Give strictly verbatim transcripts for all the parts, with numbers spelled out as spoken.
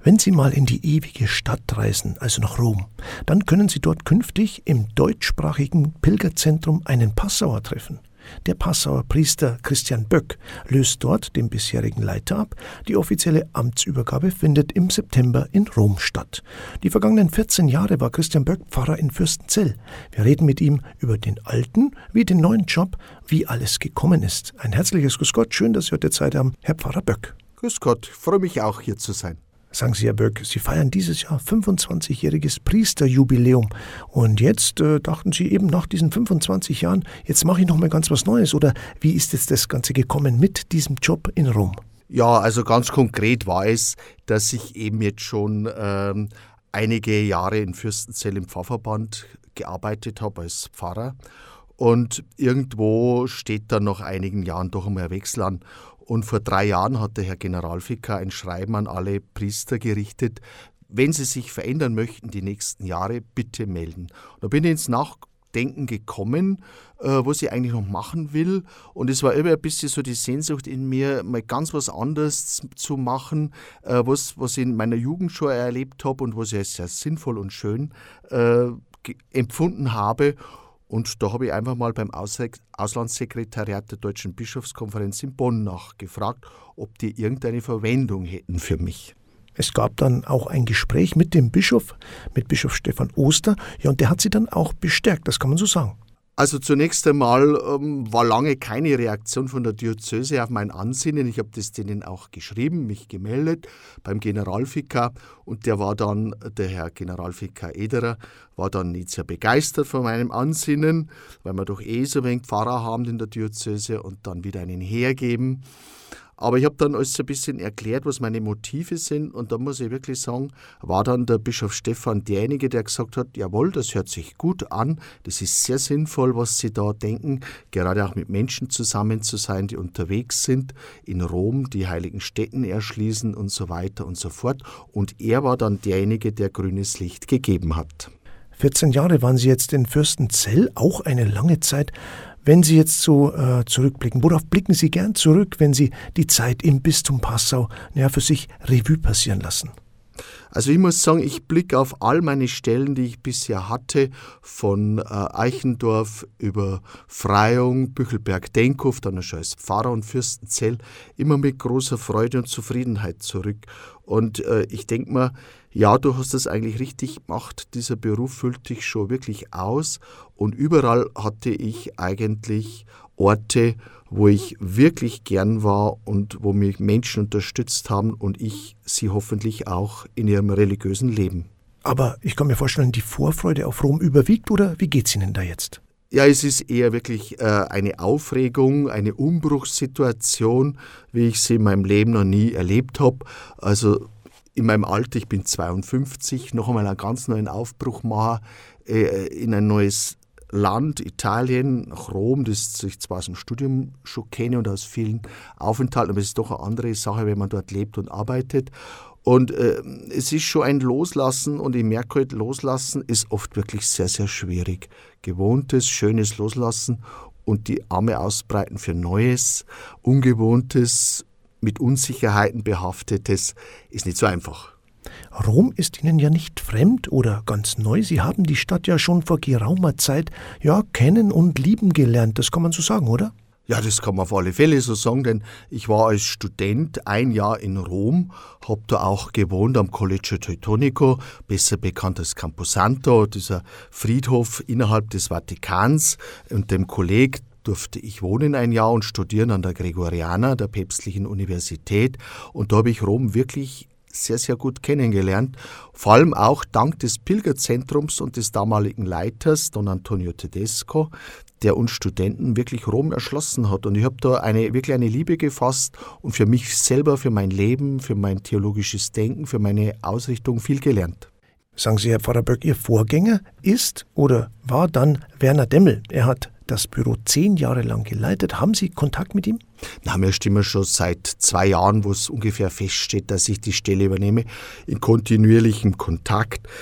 Wenn Sie mal in die ewige Stadt reisen, also nach Rom, dann können Sie dort künftig im deutschsprachigen Pilgerzentrum einen Passauer treffen. Der Passauer Priester Christian Böck löst dort den bisherigen Leiter ab. Die offizielle Amtsübergabe findet im September in Rom statt. Die vergangenen vierzehn Jahre war Christian Böck Pfarrer in Fürstenzell. Wir reden mit ihm über den alten wie den neuen Job, wie alles gekommen ist. Ein herzliches Grüß Gott, schön, dass Sie heute Zeit haben, Herr Pfarrer Böck. Grüß Gott, freue mich auch hier zu sein. Sagen Sie, Herr Böck, Sie feiern dieses Jahr fünfundzwanzigjähriges Priesterjubiläum. Und jetzt äh, dachten Sie eben nach diesen fünfundzwanzig Jahren, jetzt mache ich noch mal ganz was Neues. Oder wie ist jetzt das Ganze gekommen mit diesem Job in Rom? Ja, also ganz konkret war es, dass ich eben jetzt schon ähm, einige Jahre in Fürstenzell im Pfarrverband gearbeitet habe als Pfarrer. Und irgendwo steht dann nach einigen Jahren doch einmal ein Wechsel an. Und vor drei Jahren hat der Herr Generalvikar ein Schreiben an alle Priester gerichtet, wenn sie sich verändern möchten die nächsten Jahre, bitte melden. Und da bin ich ins Nachdenken gekommen, äh, was ich eigentlich noch machen will. Und es war immer ein bisschen so die Sehnsucht in mir, mal ganz was anderes zu machen, äh, was, was ich in meiner Jugend schon erlebt habe und was ich als sehr sinnvoll und schön äh, ge- empfunden habe. Und da habe ich einfach mal beim Auslandssekretariat der Deutschen Bischofskonferenz in Bonn nachgefragt, ob die irgendeine Verwendung hätten für mich. Es gab dann auch ein Gespräch mit dem Bischof, mit Bischof Stefan Oster. Ja, und der hat Sie dann auch bestärkt, das kann man so sagen. Also zunächst einmal ähm, war lange keine Reaktion von der Diözese auf mein Ansinnen. Ich habe das denen auch geschrieben, mich gemeldet beim Generalvikar und der war dann, der Herr Generalvikar Ederer, war dann nicht sehr begeistert von meinem Ansinnen, weil wir doch eh so wenig Pfarrer haben in der Diözese und dann wieder einen hergeben. Aber ich habe dann alles ein bisschen erklärt, was meine Motive sind und da muss ich wirklich sagen, war dann der Bischof Stephan derjenige, der gesagt hat, jawohl, das hört sich gut an, das ist sehr sinnvoll, was Sie da denken, gerade auch mit Menschen zusammen zu sein, die unterwegs sind, in Rom die heiligen Stätten erschließen und so weiter und so fort. Und er war dann derjenige, der grünes Licht gegeben hat. vierzehn Jahre waren Sie jetzt in Fürstenzell, auch eine lange Zeit. Wenn Sie jetzt so äh, zurückblicken, worauf blicken Sie gern zurück, wenn Sie die Zeit im Bistum Passau ja, für sich Revue passieren lassen? Also ich muss sagen, ich blicke auf all meine Stellen, die ich bisher hatte, von äh, Eichendorf über Freyung, Büchelberg-Denkhof, dann schon als Pfarrer und Fürstenzell, immer mit großer Freude und Zufriedenheit zurück. Und äh, ich denke mir, ja, du hast das eigentlich richtig gemacht, dieser Beruf füllt dich schon wirklich aus und überall hatte ich eigentlich Orte, wo ich wirklich gern war und wo mich Menschen unterstützt haben und ich sie hoffentlich auch in ihrem religiösen Leben. Aber ich kann mir vorstellen, die Vorfreude auf Rom überwiegt oder wie geht's Ihnen da jetzt? Ja, es ist eher wirklich äh, eine Aufregung, eine Umbruchssituation, wie ich sie in meinem Leben noch nie erlebt habe. Also in meinem Alter, ich bin zweiundfünfzig, noch einmal einen ganz neuen Aufbruch machen äh, in ein neues Land, Italien, nach Rom, das ich zwar aus dem Studium schon kenne und aus vielen Aufenthalten, aber es ist doch eine andere Sache, wenn man dort lebt und arbeitet. Und äh, es ist schon ein Loslassen und ich merke halt, Loslassen ist oft wirklich sehr, sehr schwierig. Gewohntes, schönes Loslassen und die Arme ausbreiten für Neues, Ungewohntes, mit Unsicherheiten behaftetes, ist nicht so einfach. Rom ist Ihnen ja nicht fremd oder ganz neu. Sie haben die Stadt ja schon vor geraumer Zeit ja, kennen und lieben gelernt. Das kann man so sagen, oder? Ja, das kann man auf alle Fälle so sagen, denn ich war als Student ein Jahr in Rom, habe da auch gewohnt am Collegio Teutonico, besser bekannt als Camposanto, dieser Friedhof innerhalb des Vatikans. Und dem Kolleg durfte ich wohnen ein Jahr und studieren an der Gregoriana, der päpstlichen Universität. Und da habe ich Rom wirklich sehr, sehr gut kennengelernt. Vor allem auch dank des Pilgerzentrums und des damaligen Leiters, Don Antonio Tedesco, der uns Studenten wirklich Rom erschlossen hat. Und ich habe da eine, wirklich eine Liebe gefasst und für mich selber, für mein Leben, für mein theologisches Denken, für meine Ausrichtung viel gelernt. Sagen Sie, Herr Pfarrer Böck, Ihr Vorgänger ist oder war dann Werner Demmel. Er hat das Büro zehn Jahre lang geleitet. Haben Sie Kontakt mit ihm? Na, wir stehen schon seit zwei Jahren, wo es ungefähr feststeht, dass ich die Stelle übernehme, in kontinuierlichem Kontakt.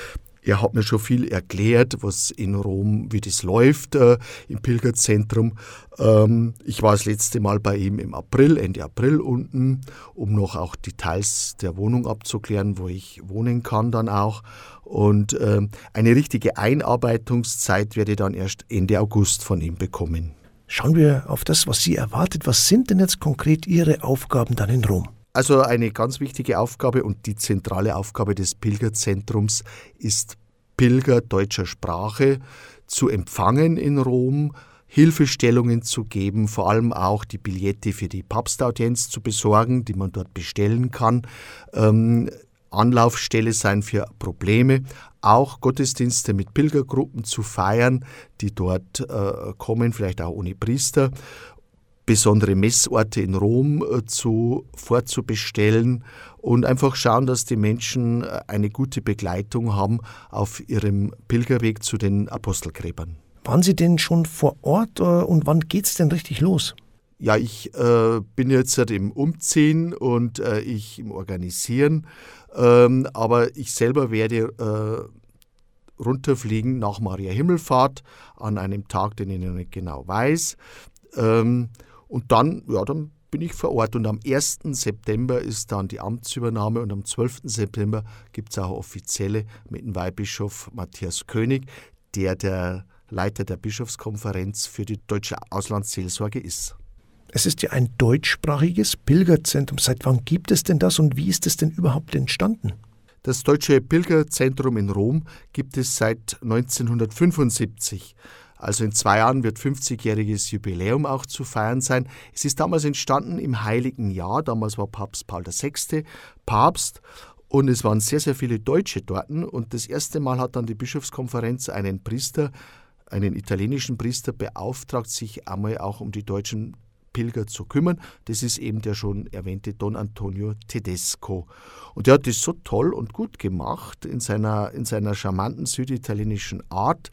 Er hat mir schon viel erklärt, was in Rom, wie das läuft äh, im Pilgerzentrum. Ähm, ich war das letzte Mal bei ihm im April, Ende April unten, um noch auch Details der Wohnung abzuklären, wo ich wohnen kann dann auch. Und ähm, eine richtige Einarbeitungszeit werde ich dann erst Ende August von ihm bekommen. Schauen wir auf das, was Sie erwartet. Was sind denn jetzt konkret Ihre Aufgaben dann in Rom? Also eine ganz wichtige Aufgabe und die zentrale Aufgabe des Pilgerzentrums ist, Pilger deutscher Sprache zu empfangen in Rom, Hilfestellungen zu geben, vor allem auch die Billette für die Papstaudienz zu besorgen, die man dort bestellen kann, ähm, Anlaufstelle sein für Probleme, auch Gottesdienste mit Pilgergruppen zu feiern, die dort äh, kommen, vielleicht auch ohne Priester, besondere Messorte in Rom äh, zu, vorzubestellen und einfach schauen, dass die Menschen eine gute Begleitung haben auf ihrem Pilgerweg zu den Apostelgräbern. Waren Sie denn schon vor Ort äh, und wann geht's denn richtig los? Ja, ich äh, bin jetzt halt im Umziehen und äh, ich im Organisieren, ähm, aber ich selber werde äh, runterfliegen nach Maria Himmelfahrt an einem Tag, den ich noch nicht genau weiß. Ähm, Und dann, ja, dann bin ich vor Ort. Und am ersten September ist dann die Amtsübernahme und am zwölften September gibt es auch offizielle mit dem Weihbischof Matthias König, der der Leiter der Bischofskonferenz für die deutsche Auslandsseelsorge ist. Es ist ja ein deutschsprachiges Pilgerzentrum. Seit wann gibt es denn das und wie ist es denn überhaupt entstanden? Das Deutsche Pilgerzentrum in Rom gibt es seit neunzehnhundertfünfundsiebzig. Also in zwei Jahren wird fünfzigjähriges Jubiläum auch zu feiern sein. Es ist damals entstanden im Heiligen Jahr. Damals war Papst Paul der Sechste Papst und es waren sehr, sehr viele Deutsche dort. Und das erste Mal hat dann die Bischofskonferenz einen Priester, einen italienischen Priester beauftragt, sich einmal auch um die deutschen Pilger zu kümmern. Das ist eben der schon erwähnte Don Antonio Tedesco. Und der hat das so toll und gut gemacht in seiner, in seiner charmanten süditalienischen Art,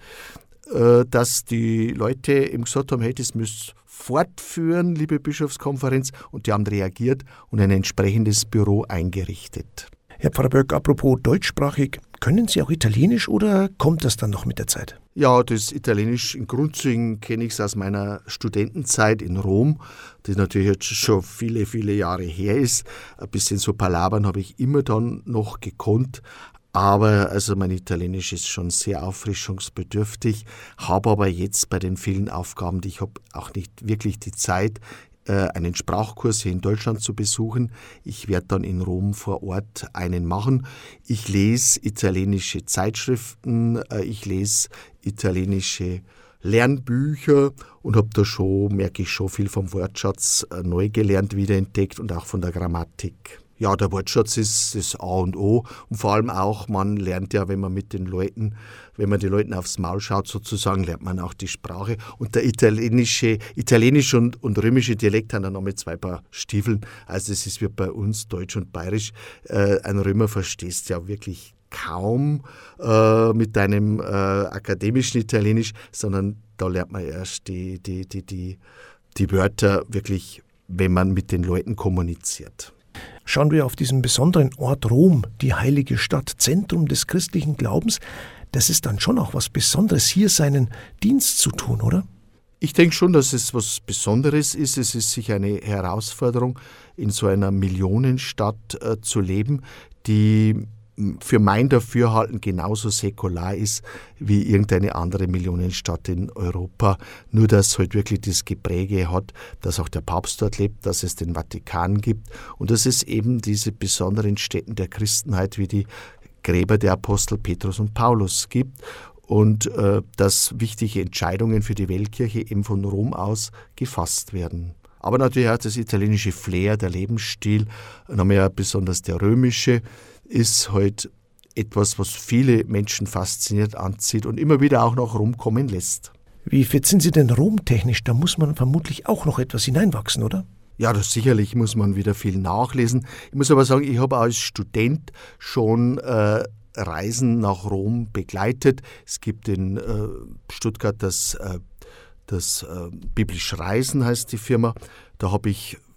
dass die Leute ihm gesagt haben, hey, das müsst fortführen, liebe Bischofskonferenz. Und die haben reagiert und ein entsprechendes Büro eingerichtet. Herr Pfarrer Böck, apropos deutschsprachig, können Sie auch Italienisch oder kommt das dann noch mit der Zeit? Ja, das Italienisch in Grundzügen kenne ich es aus meiner Studentenzeit in Rom, das natürlich jetzt schon viele, viele Jahre her ist. Ein bisschen so Palabern habe ich immer dann noch gekonnt. Aber also mein Italienisch ist schon sehr auffrischungsbedürftig, habe aber jetzt bei den vielen Aufgaben, die ich habe, auch nicht wirklich die Zeit, einen Sprachkurs hier in Deutschland zu besuchen. Ich werde dann in Rom vor Ort einen machen. Ich lese italienische Zeitschriften, ich lese italienische Lernbücher und habe da schon, merke ich schon, viel vom Wortschatz neu gelernt, wiederentdeckt und auch von der Grammatik. Ja, der Wortschatz ist das A und O und vor allem auch, man lernt ja, wenn man mit den Leuten, wenn man den Leuten aufs Maul schaut sozusagen, lernt man auch die Sprache. Und der italienische, italienische und, und römische Dialekt haben dann noch mit zwei Paar Stiefeln. Also es ist wie bei uns Deutsch und Bayerisch. Äh, ein Römer verstehst ja wirklich kaum äh, mit deinem äh, akademischen Italienisch, sondern da lernt man erst die, die, die, die, die Wörter wirklich, wenn man mit den Leuten kommuniziert. Schauen wir auf diesen besonderen Ort Rom, die heilige Stadt, Zentrum des christlichen Glaubens. Das ist dann schon auch was Besonderes, hier seinen Dienst zu tun, oder? Ich denke schon, dass es was Besonderes ist. Es ist sicher eine Herausforderung, in so einer Millionenstadt äh, zu leben, die für mein Dafürhalten genauso säkular ist wie irgendeine andere Millionenstadt in Europa. Nur, dass halt wirklich das Gepräge hat, dass auch der Papst dort lebt, dass es den Vatikan gibt und dass es eben diese besonderen Stätten der Christenheit wie die Gräber der Apostel Petrus und Paulus gibt und äh, dass wichtige Entscheidungen für die Weltkirche eben von Rom aus gefasst werden. Aber natürlich auch das italienische Flair, der Lebensstil, noch ja besonders der römische, ist halt etwas, was viele Menschen fasziniert, anzieht und immer wieder auch nach Rom kommen lässt. Wie fit sind Sie denn romtechnisch? Da muss man vermutlich auch noch etwas hineinwachsen, oder? Ja, das sicherlich muss man wieder viel nachlesen. Ich muss aber sagen, ich habe als Student schon äh, Reisen nach Rom begleitet. Es gibt in äh, Stuttgart das, äh, das äh, Biblisch Reisen, heißt die Firma. Da habe ich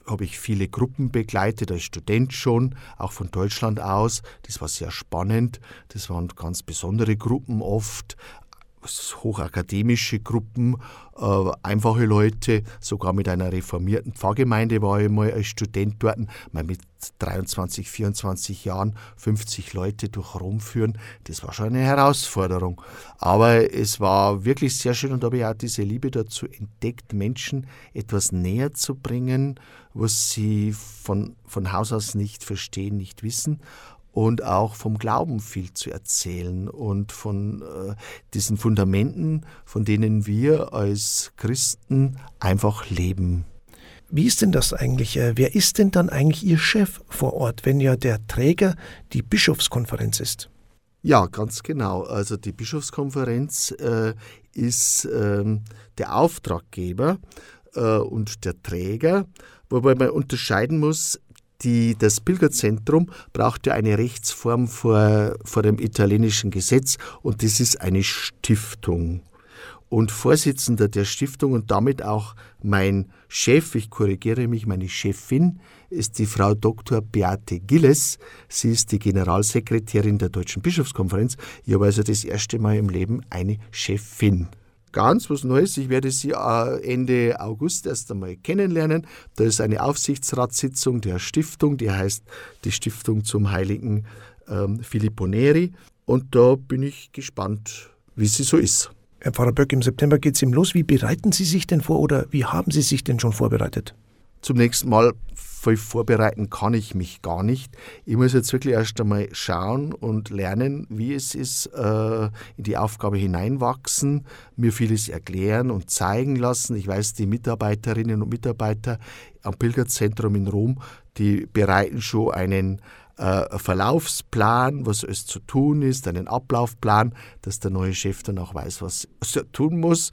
habe ich viele Gruppen begleitet, als Student schon, auch von Deutschland aus. Das war sehr spannend. Das waren ganz besondere Gruppen oft, hochakademische Gruppen, äh, einfache Leute, sogar mit einer reformierten Pfarrgemeinde war ich mal als Student dort. Mal mit dreiundzwanzig, vierundzwanzig Jahren fünfzig Leute durch Rom führen, das war schon eine Herausforderung. Aber es war wirklich sehr schön und da habe ich auch diese Liebe dazu entdeckt, Menschen etwas näher zu bringen, was sie von, von Haus aus nicht verstehen, nicht wissen. Und auch vom Glauben viel zu erzählen und von äh, diesen Fundamenten, von denen wir als Christen einfach leben. Wie ist denn das eigentlich? Wer ist denn dann eigentlich Ihr Chef vor Ort, wenn ja der Träger die Bischofskonferenz ist? Ja, ganz genau. Also die Bischofskonferenz äh, ist äh, der Auftraggeber äh, und der Träger, wobei man unterscheiden muss. Die, das Pilgerzentrum braucht ja eine Rechtsform vor, vor dem italienischen Gesetz und das ist eine Stiftung. Und Vorsitzender der Stiftung und damit auch mein Chef, ich korrigiere mich, meine Chefin, ist die Frau Doktor Beate Gilles. Sie ist die Generalsekretärin der Deutschen Bischofskonferenz. Ich habe also das erste Mal im Leben eine Chefin. Ganz was Neues. Ich werde Sie Ende August erst einmal kennenlernen. Da ist eine Aufsichtsratssitzung der Stiftung, die heißt die Stiftung zum heiligen ähm, Filippo Neri. Und da bin ich gespannt, wie sie so ist. Herr Pfarrer Böck, im September geht es ihm los. Wie bereiten Sie sich denn vor oder wie haben Sie sich denn schon vorbereitet? Zum nächsten Mal voll vorbereiten kann ich mich gar nicht. Ich muss jetzt wirklich erst einmal schauen und lernen, wie es ist, äh, in die Aufgabe hineinwachsen, mir vieles erklären und zeigen lassen. Ich weiß, die Mitarbeiterinnen und Mitarbeiter am Pilgerzentrum in Rom, die bereiten schon einen äh, Verlaufsplan, was alles zu tun ist, einen Ablaufplan, dass der neue Chef dann auch weiß, was er tun muss.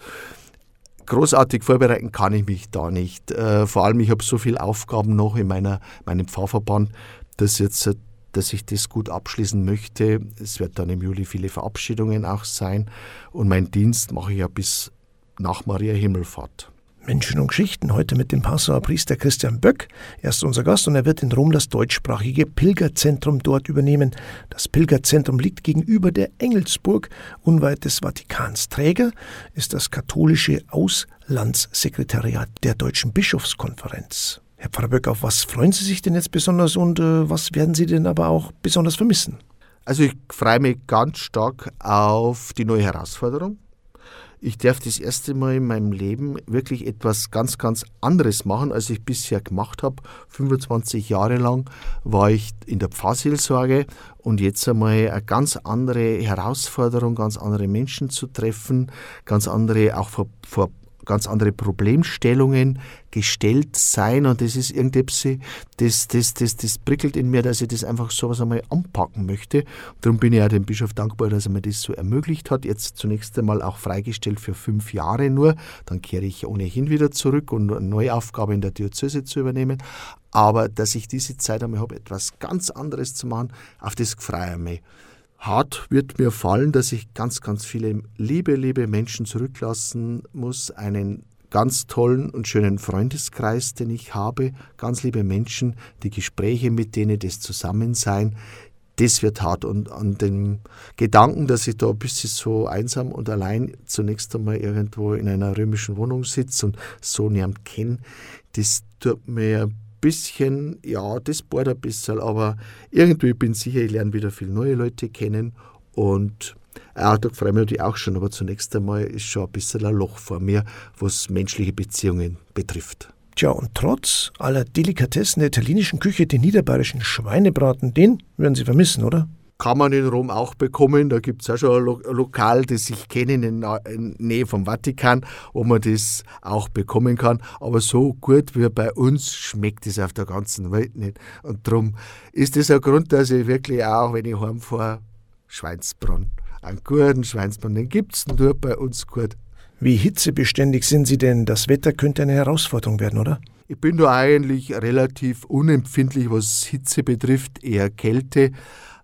Großartig vorbereiten kann ich mich da nicht. Äh, vor allem, ich habe so viele Aufgaben noch in meiner, meinem Pfarrverband, dass, jetzt, dass ich das gut abschließen möchte. Es wird dann im Juli viele Verabschiedungen auch sein. Und meinen Dienst mache ich ja bis nach Maria Himmelfahrt. Menschen und Geschichten, heute mit dem Passauer Priester Christian Böck. Er ist unser Gast und er wird in Rom das deutschsprachige Pilgerzentrum dort übernehmen. Das Pilgerzentrum liegt gegenüber der Engelsburg, unweit des Vatikans. Träger ist das katholische Auslandssekretariat der Deutschen Bischofskonferenz. Herr Pfarrer Böck, auf was freuen Sie sich denn jetzt besonders und äh, was werden Sie denn aber auch besonders vermissen? Also ich freue mich ganz stark auf die neue Herausforderung. Ich darf das erste Mal in meinem Leben wirklich etwas ganz, ganz anderes machen, als ich bisher gemacht habe. fünfundzwanzig Jahre lang war ich in der Pfarrseelsorge und jetzt einmal eine ganz andere Herausforderung, ganz andere Menschen zu treffen, ganz andere, auch vor, vor ganz andere Problemstellungen gestellt sein und das ist irgendetwas, das, das, das, das prickelt in mir, dass ich das einfach sowas einmal anpacken möchte. Darum bin ich auch dem Bischof dankbar, dass er mir das so ermöglicht hat. Jetzt zunächst einmal auch freigestellt für fünf Jahre nur. Dann kehre ich ohnehin wieder zurück und eine neue Aufgabe in der Diözese zu übernehmen. Aber dass ich diese Zeit einmal habe, etwas ganz anderes zu machen, auf das freue ich mich. Hart wird mir fallen, dass ich ganz, ganz viele liebe, liebe Menschen zurücklassen muss. Einen ganz tollen und schönen Freundeskreis, den ich habe. Ganz liebe Menschen, die Gespräche mit denen, das Zusammensein, das wird hart. Und an dem Gedanken, dass ich da ein bisschen so einsam und allein zunächst einmal irgendwo in einer römischen Wohnung sitze und so niemand kenne, das tut mir bisschen, ja, das bohrt ein bisschen, aber irgendwie bin ich sicher, ich lerne wieder viele neue Leute kennen und auch da freue ich mich natürlich auch schon, aber zunächst einmal ist schon ein bisschen ein Loch vor mir, was menschliche Beziehungen betrifft. Tja, und trotz aller Delikatessen der italienischen Küche, den niederbayerischen Schweinebraten, den werden Sie vermissen, oder? Kann man in Rom auch bekommen. Da gibt es auch schon ein Lo- Lokal, das ich kenne, in der Nähe vom Vatikan, wo man das auch bekommen kann. Aber so gut wie bei uns schmeckt es auf der ganzen Welt nicht. Und darum ist das ein Grund, dass ich wirklich auch, wenn ich heimfahre, Schweinsbraten, einen guten Schweinsbraten, den gibt es nur bei uns gut. Wie hitzebeständig sind Sie denn? Das Wetter könnte eine Herausforderung werden, oder? Ich bin da eigentlich relativ unempfindlich, was Hitze betrifft, eher Kälte.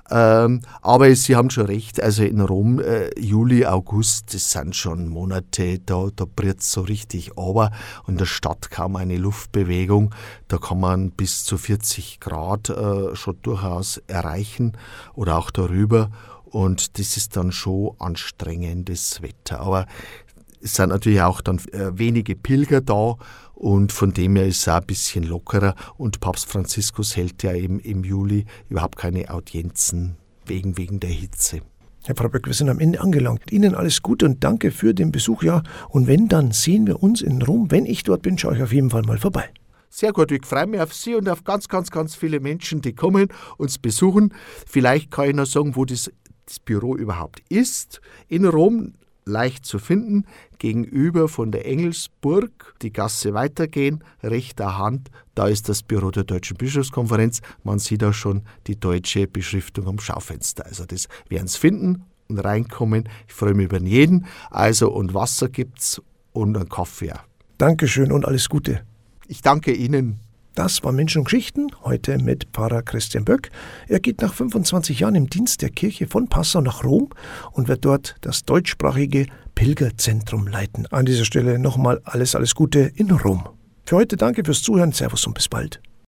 Ähm, aber Sie haben schon recht, also in Rom, äh, Juli, August, das sind schon Monate, da, da bricht es so richtig runter. Und in der Stadt kaum eine Luftbewegung. Da kann man bis zu vierzig Grad äh, schon durchaus erreichen oder auch darüber. Und das ist dann schon anstrengendes Wetter. Aber es sind natürlich auch dann äh, wenige Pilger da. Und von dem her ist es auch ein bisschen lockerer. Und Papst Franziskus hält ja eben im Juli überhaupt keine Audienzen wegen, wegen der Hitze. Herr Pfarrer Böck, wir sind am Ende angelangt. Ihnen alles Gute und danke für den Besuch. Ja, und wenn, dann sehen wir uns in Rom. Wenn ich dort bin, schaue ich auf jeden Fall mal vorbei. Sehr gut, ich freue mich auf Sie und auf ganz, ganz, ganz viele Menschen, die kommen, uns besuchen. Vielleicht kann ich noch sagen, wo das, das Büro überhaupt ist. In Rom, leicht zu finden, gegenüber von der Engelsburg, die Gasse weitergehen, rechter Hand, da ist das Büro der Deutschen Bischofskonferenz. Man sieht auch schon die deutsche Beschriftung am Schaufenster. Also das werden Sie finden und reinkommen. Ich freue mich über jeden. Also und Wasser gibt's und einen Kaffee auch. Dankeschön und alles Gute. Ich danke Ihnen. Das war Menschen und Geschichten, heute mit Pfarrer Christian Böck. Er geht nach fünfundzwanzig Jahren im Dienst der Kirche von Passau nach Rom und wird dort das deutschsprachige Pilgerzentrum leiten. An dieser Stelle nochmal alles, alles Gute in Rom. Für heute danke fürs Zuhören, Servus und bis bald.